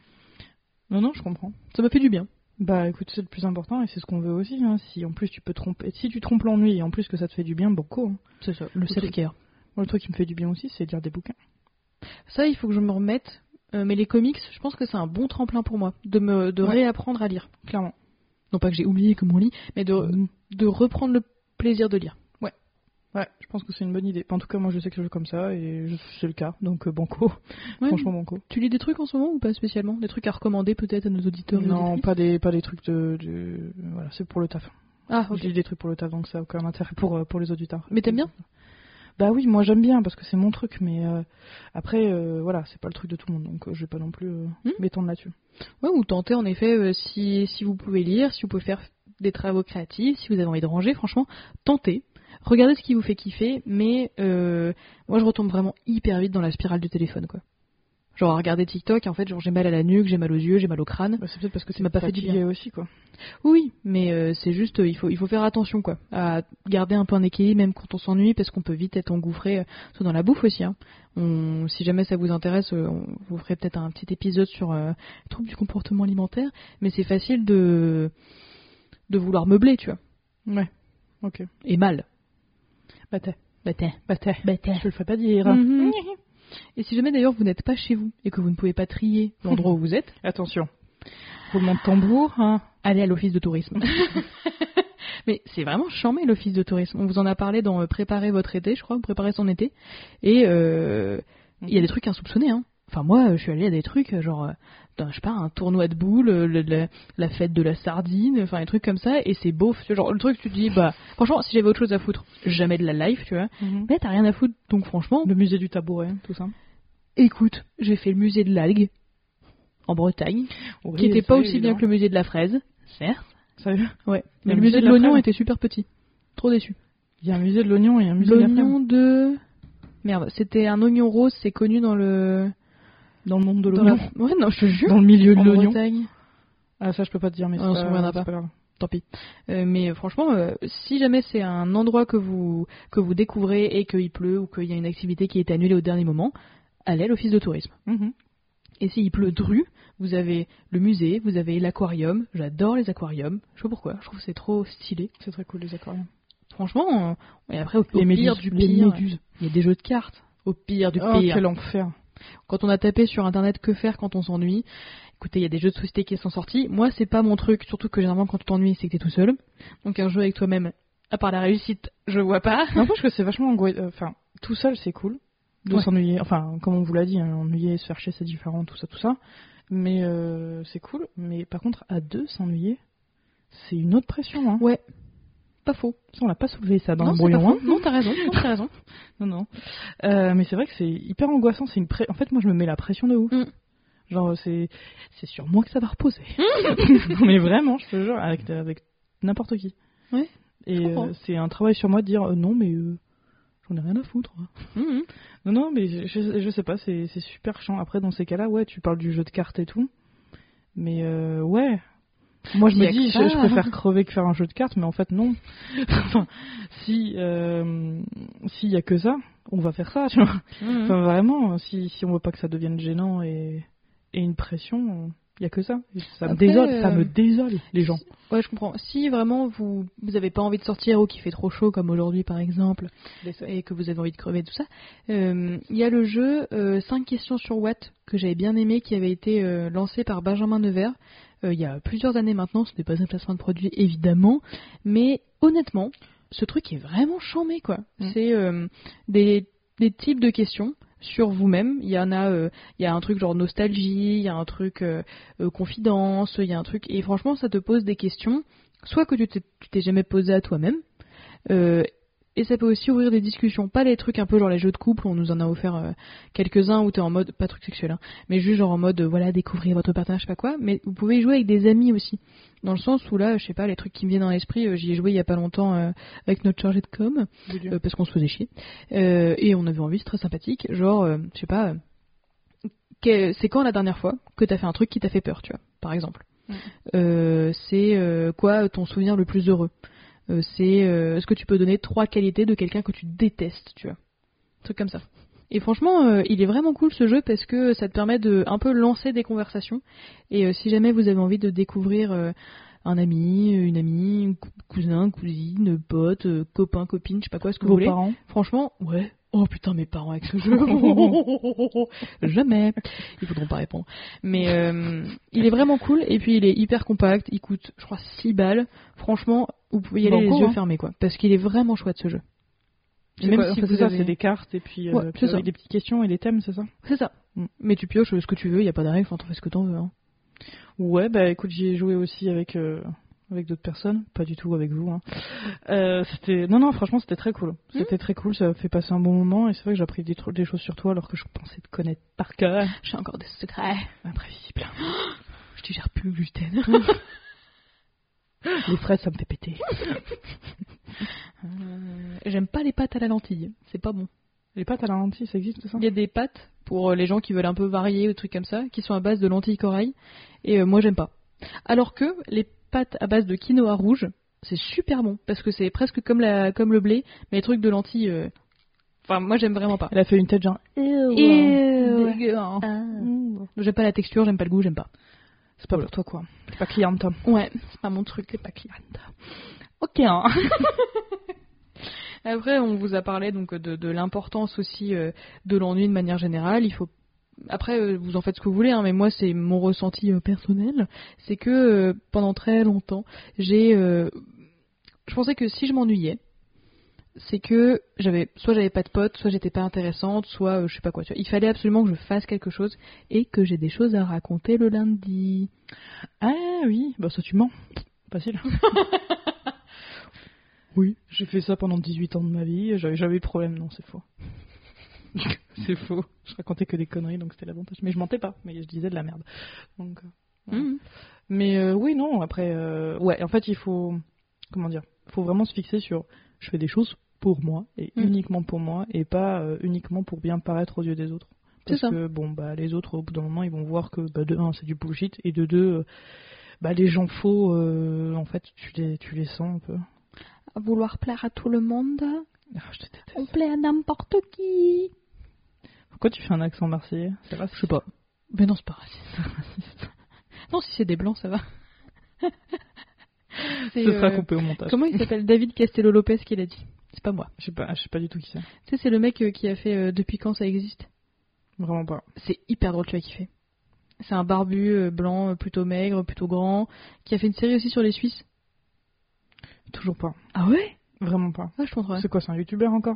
Non, non, je comprends.
Ça m'a fait du bien.
Bah écoute, c'est le plus important et c'est ce qu'on veut aussi. Hein. Si en plus tu peux tromper, si tu trompes l'ennui et en plus que ça te fait du bien, banco. Hein.
C'est ça, le self-care.
Moi, le truc qui me fait du bien aussi, c'est de lire des bouquins.
Ça, il faut que je me remette. Euh, mais les comics, je pense que c'est un bon tremplin pour moi. De me de
Ouais.
réapprendre à lire.
Clairement.
Non pas que j'ai oublié comment on lit, mais de,
Mmh.
de reprendre le plaisir de lire.
Ouais, je pense que c'est une bonne idée. En tout cas, moi, je sais que je veux comme ça et je- c'est le cas. Donc, euh, banco.
Ouais.
Franchement, banco.
Tu lis des trucs en ce moment ou pas spécialement? Des trucs à recommander peut-être à nos auditeurs et
Non,
auditrices
pas des, pas des trucs de, de- Voilà, c'est pour le taf.
Ah, ok.
Je lis des trucs pour le taf, donc ça n'a aucun intérêt pour, euh, pour les auditeurs.
Mais t'aimes bien?
Bah oui, moi j'aime bien parce que c'est mon truc, mais euh, après, euh, voilà, c'est pas le truc de tout le monde, donc euh, je vais pas non plus euh,
Hmm.
m'étendre là-dessus.
Ouais, ou tenter en effet, euh, si, si vous pouvez lire, si vous pouvez faire des travaux créatifs, si vous avez envie de ranger, franchement, tentez. Regardez ce qui vous fait kiffer, mais euh, moi je retombe vraiment hyper vite dans la spirale du téléphone, quoi. Genre à regarder TikTok, en fait, genre j'ai mal à la nuque, j'ai mal aux yeux, j'ai mal au crâne.
Bah, c'est peut-être parce que
Ça
tu
m'a pas fait du
fatigué aussi, quoi.
Oui, mais euh, c'est juste, euh, il faut, il faut faire attention, quoi, à garder un peu un équilibre, même quand on s'ennuie, parce qu'on peut vite être engouffré, euh, soit dans la bouffe aussi. Hein. On, si jamais ça vous intéresse, euh, on vous ferait peut-être un petit épisode sur euh, les troubles du comportement alimentaire, mais c'est facile de, de vouloir meubler, tu vois,
Ouais, ok.
et mal.
Bah t'es,
Bah t'es,
bah t'es.
bah t'es.
Je le fais pas dire.
Mhm. Et si jamais d'ailleurs vous n'êtes pas chez vous et que vous ne pouvez pas trier l'endroit où vous êtes,
Attention. Roulement de tambour, hein.
allez à l'office de tourisme. Mais c'est vraiment charmé l'office de tourisme. On vous en a parlé dans euh, Préparer votre été, je crois, Préparer son été. Et euh, il y a des trucs insoupçonnés. Hein. Enfin moi, je suis allée à des trucs euh, genre, euh, dans, je sais pas, un tournoi de boules, euh, le- le- la fête de la sardine, enfin des trucs comme ça. Et c'est beauf. Tu vois, genre le truc, tu te dis, bah franchement, si j'avais autre chose à foutre, jamais de la live, tu vois.
Mhm.
Mais t'as rien à foutre, donc franchement,
Le musée du tabouret, tout ça.
écoute, j'ai fait le musée de l'algue en Bretagne,
Oui,
qui était
ça
pas
y est,
aussi bien
évidemment.
que le musée de la fraise, certes.
Sérieux.
Ouais.
Il y
Mais
a
le
un
musée de
la
l'oignon
fraise.
était super petit. Trop déçu.
Il y a un musée de l'oignon et un musée de la
L'oignon de... Merde, c'était un oignon rose, c'est connu dans le...
Dans le monde de
dans
l'oignon.
la- Ouais, non, je te jure.
Dans le milieu de
En
l'oignon.
Bretagne.
Ah, ça, je peux pas te dire, mais
Ah,
c'est
on
pas,
s'en souviendra
c'est
pas.
grave.
Tant pis. Euh, mais euh, franchement, euh, si jamais c'est un endroit que vous, que vous découvrez et qu'il pleut ou qu'il y a une activité qui est annulée au dernier moment, allez à l'office de tourisme.
Mhm.
Et s'il pleut dru, vous avez le musée, vous avez l'aquarium. J'adore les aquariums. Je sais pas pourquoi, je trouve que c'est trop stylé.
C'est très cool, les aquariums.
Franchement, euh, et après, au, au
Les
pire
méduses,
du
les
pire,
méduses.
il y a des jeux de cartes. Au pire du
Oh,
pire.
quel enfer.
Quand on a tapé sur internet que faire quand on s'ennuie, écoutez, il y a des jeux de société qui sont sortis. Moi, c'est pas mon truc, surtout que généralement quand tu t'ennuies, c'est que t'es tout seul. Donc un jeu avec toi-même, à part la réussite, je vois pas.
N'empêche que c'est vachement angoissant. Enfin, tout seul, c'est cool de
Ouais.
s'ennuyer. Enfin, comme on vous l'a dit, hein, ennuyer, se faire chier, c'est différent, tout ça, tout ça. Mais euh, c'est cool. Mais par contre, à deux, s'ennuyer, c'est une autre pression. Hein.
Ouais, pas faux.
Ça, on l'a pas soulevé ça dans
non,
le
c'est pas
brouillon.
faux.
Hein.
Non, t'as raison, non, t'as raison.
Non, non. Euh, mais c'est vrai que c'est hyper angoissant. C'est une pré... En fait, moi, je me mets la pression de ouf.
Mm.
Genre, c'est c'est sur moi que ça va reposer. Non, mais vraiment, je te jure, avec, avec n'importe qui.
Ouais, je
Et
comprends.
euh, c'est un travail sur moi de dire euh, non, mais euh, j'en ai rien à foutre.
Mhm.
Non, non, mais je, je, je sais pas, c'est c'est super chiant. Après, dans ces cas-là, ouais, tu parles du jeu de cartes et tout. Mais euh, ouais. Moi, je
Il y
me
a
dis,
que
je,
ça.
je préfère crever que faire un jeu de cartes, mais en fait, non. Enfin, si euh, s'il y a que ça, on va faire ça, tu vois.
Mhm.
Enfin, vraiment, si, si on veut pas que ça devienne gênant et, et une pression, il y a que ça. Et ça me
Après,
désole, ça
euh,
me désole, les gens.
Ouais, je comprends. Si vraiment vous vous avez pas envie de sortir ou qu'il fait trop chaud comme aujourd'hui par exemple, et que vous avez envie de crever tout ça, euh, il y a le jeu euh, cinq questions sur Watt que j'avais bien aimé, qui avait été euh, lancé par Benjamin Nevers euh, il y a plusieurs années maintenant. Ce n'est pas un placement de produit évidemment, mais honnêtement, ce truc est vraiment charmé quoi.
Mm.
C'est euh, des des types de questions sur vous-même. Il y en a, euh, il y a un truc genre nostalgie, il y a un truc euh, euh, confidence, il y a un truc... Et franchement, ça te pose des questions, soit que tu t'es, tu t'es jamais posé à toi-même, euh, et ça peut aussi ouvrir des discussions. Pas les trucs un peu genre les jeux de couple, on nous en a offert euh, quelques-uns où t'es en mode, pas truc sexuel, hein, mais juste genre en mode, euh, voilà, découvrir votre partenaire, je sais pas quoi, mais vous pouvez jouer avec des amis aussi. Dans le sens où là, je sais pas, les trucs qui me viennent dans l'esprit, euh, j'y ai joué il y a pas longtemps euh, avec notre chargé de com, euh, parce qu'on se faisait chier. Euh, et on avait envie, c'est très sympathique. Genre, euh, je sais pas, euh, que- c'est quand la dernière fois que t'as fait un truc qui t'a fait peur, tu vois, par exemple.
Mm.
Euh, c'est euh, quoi ton souvenir le plus heureux. Euh, c'est euh, est-ce que tu peux donner trois qualités de quelqu'un que tu détestes, tu vois, un truc comme ça. Et franchement, euh, il est vraiment cool ce jeu parce que ça te permet de un peu lancer des conversations. Et euh, si jamais vous avez envie de découvrir euh, un ami, une amie, cou- cousin, cousine, pote, euh, copain, copine, je sais pas quoi, ce que vous
Vos
voulez.
parents.
Franchement, ouais. Oh putain, mes parents avec ce jeu. Jamais. Ils voudront pas répondre. Mais euh, il est vraiment cool et puis il est hyper compact. Il coûte, je crois, six balles. Franchement, vous pouvez y aller
Banco,
les yeux
hein.
fermés, quoi. Parce qu'il est vraiment chouette ce jeu. Et
C'est
même
quoi,
si
enfin,
vous
c'est ça,
avez...
c'est des cartes et puis, euh,
Ouais,
puis
c'est
avec
ça.
des petites questions et des thèmes, c'est ça?
C'est ça.
Mm.
Mais tu pioches ce que tu veux, il y a pas de règle, enfin t'en fais ce que t'en veux. Hein.
Ouais, bah écoute, j'y ai joué aussi avec euh, avec d'autres personnes, pas du tout avec vous. Hein. Euh, c'était non non, franchement, c'était très cool. C'était très cool, ça fait passer un bon moment et c'est vrai que j'ai appris des, tro- des choses sur toi alors que je pensais te connaître par cœur.
J'ai encore des secrets.
Imprévisible.
Je digère plus le gluten.
Les fraises, ça me fait péter.
Euh, J'aime pas les pâtes à la lentille, c'est pas bon.
Les pâtes à la lentille, ça existe ça?
Il y a des pâtes pour euh, les gens qui veulent un peu varier ou des trucs comme ça, qui sont à base de lentilles corail, et euh, moi j'aime pas. Alors que les pâtes à base de quinoa rouge, c'est super bon, parce que c'est presque comme, la, comme le blé, mais les trucs de lentilles, euh... enfin moi j'aime vraiment pas.
Elle a fait une tête genre.
Ew,
Dégueu, hein.
Ah.
Mmh.
J'aime pas la texture, j'aime pas le goût, j'aime pas.
C'est pas
Voilà.
pour toi quoi. C'est pas cliente.
Ouais, c'est pas mon truc, c'est pas client.
Ok. Hein.
Après, on vous a parlé donc de, de l'importance aussi euh, de l'ennui de manière générale. Il faut après euh, vous en faites ce que vous voulez, hein, mais moi c'est mon ressenti euh, personnel, c'est que euh, pendant très longtemps, j'ai, euh, je pensais que si je m'ennuyais, c'est que j'avais, soit j'avais pas de potes, soit j'étais pas intéressante, soit euh, je sais pas quoi. Tu vois. Il fallait absolument que je fasse quelque chose et que j'ai des choses à raconter le lundi.
Ah oui, bah ça tu mens. Facile. Oui, j'ai fait ça pendant dix-huit ans de ma vie, j'avais jamais eu de problème, non, c'est faux. C'est faux. Je racontais que des conneries, donc c'était l'avantage. Mais je mentais pas, mais je disais de la merde. Donc, euh, voilà.
Mmh.
Mais euh, oui, non, après, euh, ouais, en fait, il faut, comment dire, il faut vraiment se fixer sur, je fais des choses pour moi, et
Mmh.
uniquement pour moi, et pas euh, uniquement pour bien paraître aux yeux des autres. Parce
C'est ça.
que, bon, bah, les autres, au bout d'un moment, ils vont voir que, bah, de un, c'est du bullshit, et de deux, euh, bah, les gens faux, euh, en fait, tu les, tu les sens un peu.
À vouloir plaire à tout le monde,
Ah, je te déteste.
on plaît à n'importe qui.
Pourquoi tu fais un accent marseillais? C'est raciste.
Je sais pas. Mais non, c'est pas raciste. Non, si c'est des blancs, ça va. C'est,
Ce sera
euh,
coupé au montage.
Comment il s'appelle? David Castello-Lopez qui l'a dit. C'est pas moi.
Je sais pas, je sais pas du tout qui c'est.
Tu sais, c'est le mec euh, qui a fait euh, Depuis quand ça existe.
Vraiment pas.
C'est hyper drôle, tu vas kiffer. C'est un barbu euh, blanc, euh, plutôt maigre, plutôt grand, qui a fait une série aussi sur les Suisses.
Toujours pas.
Ah ouais?
Vraiment pas.
Ouais, je te montrerai.
C'est quoi, c'est un youtubeur encore?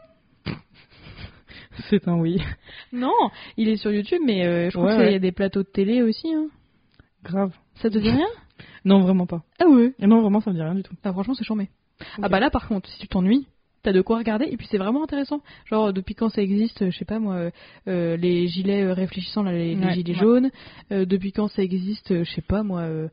C'est un oui.
Non, il est sur YouTube, mais euh, je crois
Ouais,
qu'il y a
ouais.
des plateaux de télé aussi. Hein.
Grave.
Ça te dit rien?
Non, vraiment pas.
Ah ouais?
Et non, vraiment, ça me dit rien du tout.
Ah, franchement, c'est chambé.
Ok.
Ah bah là, par contre, si tu t'ennuies, t'as de quoi regarder, et puis c'est vraiment intéressant. Genre, depuis quand ça existe, euh, je sais pas moi, euh, euh, les gilets euh, réfléchissants, là, les, les
Ouais,
gilets
ouais.
jaunes, euh, depuis quand ça existe, euh, je sais pas moi, euh,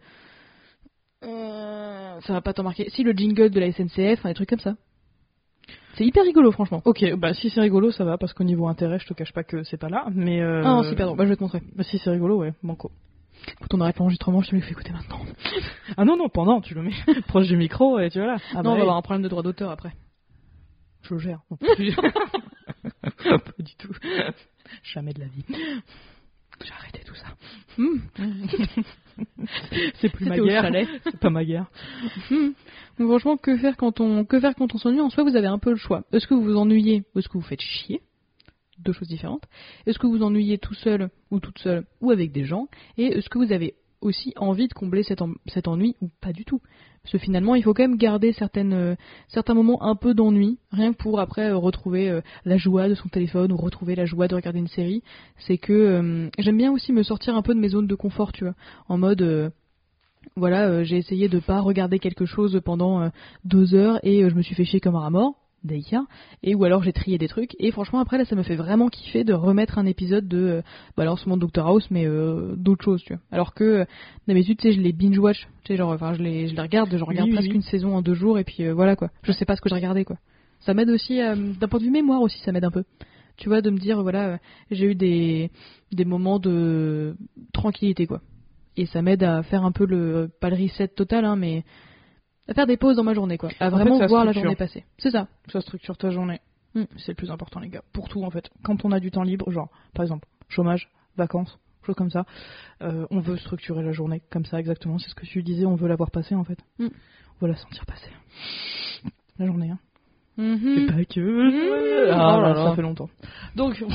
euh, ça va pas t'en marquer. Si, le jingle de la S N C F, enfin, des trucs comme ça. C'est hyper rigolo, franchement.
Ok, bah si c'est rigolo, ça va, parce qu'au niveau intérêt, je te cache pas que c'est pas là, mais... Euh...
Ah non, c'est hyper drôle, bah je vais te montrer.
Bah si c'est rigolo, ouais, banco.
Quand on arrête l'enregistrement, je te le fais écouter maintenant.
Ah non, non, pendant, tu le mets proche du micro et tu vois là. Ah
non,
bah,
on va
hey,
avoir un problème de droit d'auteur après.
je gère. Non, pas du- pas du tout. Jamais de la vie. J'ai arrêté tout ça.
Hmm.
C'est plus ma
C'était au
guerre.
chalet.
C'est pas ma guerre.
Hmm. Donc franchement, que faire quand on que faire quand on s'ennuie? En soi, vous avez un peu le choix. Est-ce que vous vous ennuyez ou est-ce que vous faites chier? Deux choses différentes. Est-ce que vous vous ennuyez tout seul ou toute seule ou avec des gens? Et est-ce que vous avez aussi envie de combler cet, en- cet ennui ou pas du tout? Parce que finalement, il faut quand même garder certaines, euh, certains moments un peu d'ennui, rien que pour après euh, retrouver euh, la joie de son téléphone ou retrouver la joie de regarder une série. C'est que euh, j'aime bien aussi me sortir un peu de mes zones de confort, tu vois, en mode... euh, voilà, euh, j'ai essayé de pas regarder quelque chose pendant euh, deux heures et euh, je me suis fait chier comme un rat mort, d'ailleurs, et ou alors j'ai trié des trucs. Et franchement, après là, ça me fait vraiment kiffer de remettre un épisode de, euh, bah alors en ce moment Doctor House, mais euh, d'autres choses, tu vois. Alors que euh, d'habitude, tu sais, je les binge watch, tu sais, genre, enfin, je les, je les regarde, je regarde
Oui,
presque
oui.
une saison en deux jours et puis euh, voilà quoi. Je sais pas ce que je regardais quoi. Ça m'aide aussi, euh, d'un point de vue mémoire aussi, ça m'aide un peu. Tu vois, de me dire, voilà, euh, j'ai eu des, des moments de tranquillité, quoi. Et ça m'aide à faire un peu le, pas le reset total, hein, mais à faire des pauses dans ma journée, quoi. À
En
vraiment
fait, ça
voir la
structure.
journée passer. C'est ça.
Ça structure ta journée.
Mm.
C'est le plus important, les gars. Pour tout, en fait. Quand on a du temps libre, genre, par exemple, chômage, vacances, choses comme ça, euh, on veut structurer la journée comme ça, exactement. C'est ce que tu disais, on veut la voir passer, en fait.
Mm.
On veut la sentir passer. La journée, hein.
Mm-hmm.
C'est pas que...
Mmh.
Ah,
Oh là
là,
là.
ça fait longtemps. Donc,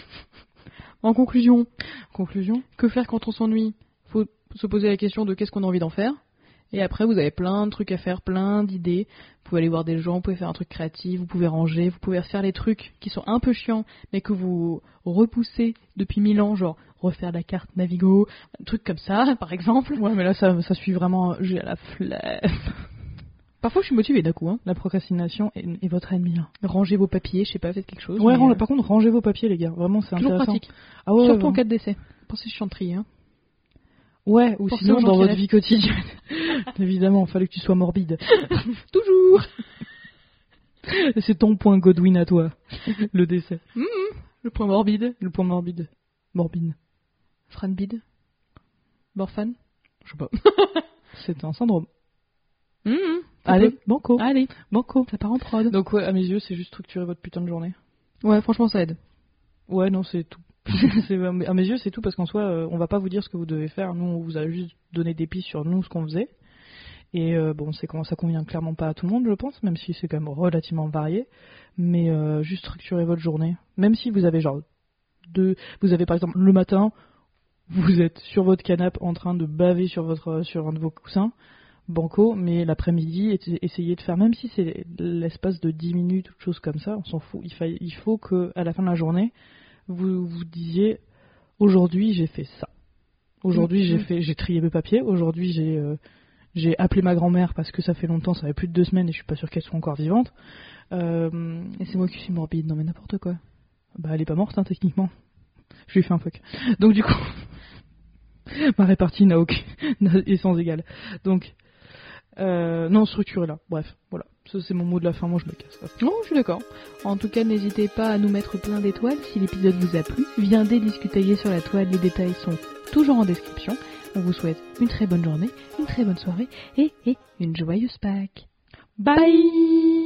En conclusion,
conclusion.
que faire quand on s'ennuie? Faut se poser la question de qu'est-ce qu'on a envie d'en faire. Et après, vous avez plein de trucs à faire, plein d'idées. Vous pouvez aller voir des gens, vous pouvez faire un truc créatif, vous pouvez ranger, vous pouvez faire les trucs qui sont un peu chiants, mais que vous repoussez depuis mille ans, genre refaire la carte Navigo, un truc comme ça, par exemple.
Ouais, mais là, ça, ça suit vraiment... J'ai la flemme.
Parfois, je suis motivée d'un coup. Hein.
La procrastination est, est votre ennemi. Hein.
Rangez vos papiers, je sais pas, faites quelque chose.
Ouais,
mais,
range-
euh,
par contre, rangez vos papiers, les gars. Vraiment, c'est
toujours
intéressant.
pratique.
Ah ouais,
Surtout
ouais,
en cas de décès. Pensez chiant de trier. Hein.
Ouais, ou
Pensez
sinon
aux gens
dans
qui
votre
restent.
vie quotidienne. Évidemment, fallait que tu sois morbide.
Toujours.
C'est ton point Godwin à toi, le décès.
Mmh, le point morbide.
Le point morbide. Morbide.
Franbide. Borfan.
Je sais pas. C'est un syndrome.
Mmh,
Allez, banco.
Allez,
Banco.
ça part en prod.
Donc ouais, à mes yeux, c'est juste structurer votre putain de journée.
Ouais, franchement, ça aide.
Ouais, non, c'est tout. C'est- à mes yeux, c'est tout parce qu'en soi, euh, on va pas vous dire ce que vous devez faire. Nous, on vous a juste donné des pistes sur nous, ce qu'on faisait. Et euh, bon, c'est comment ça convient clairement pas à tout le monde, je pense, même si c'est quand même relativement varié. Mais euh, juste structurer votre journée. Même si vous avez genre deux, vous avez par exemple le matin, vous êtes sur votre canapé en train de baver sur votre sur un de vos coussins, banco, mais l'après-midi, et- essayez de faire, même si c'est l'espace de dix minutes ou chose comme ça, on s'en fout. Il, fa- il faut que à la fin de la journée, vous vous disiez aujourd'hui j'ai fait ça. Aujourd'hui
Mmh.
j'ai fait j'ai trié mes papiers. Aujourd'hui j'ai euh, j'ai appelé ma grand-mère parce que ça fait longtemps, ça fait plus de deux semaines et je suis pas sûre qu'elle soit encore vivante. Euh,
Et c'est moi qui suis morbide, non mais n'importe quoi.
bah elle est pas morte hein, techniquement. Je lui ai fait un fuck. Donc du coup ma répartie n'a aucun est sans égal. Donc euh, non structuré là. Bref voilà. Ça c'est mon mot de la fin. Moi je me casse. Là.
Non, je suis d'accord. En tout cas, n'hésitez pas à nous mettre plein d'étoiles si l'épisode vous a plu. Viendez discuter sur la toile, les détails sont toujours en description. On vous souhaite une très bonne journée, une très bonne soirée et, et une joyeuse Pâques. Bye.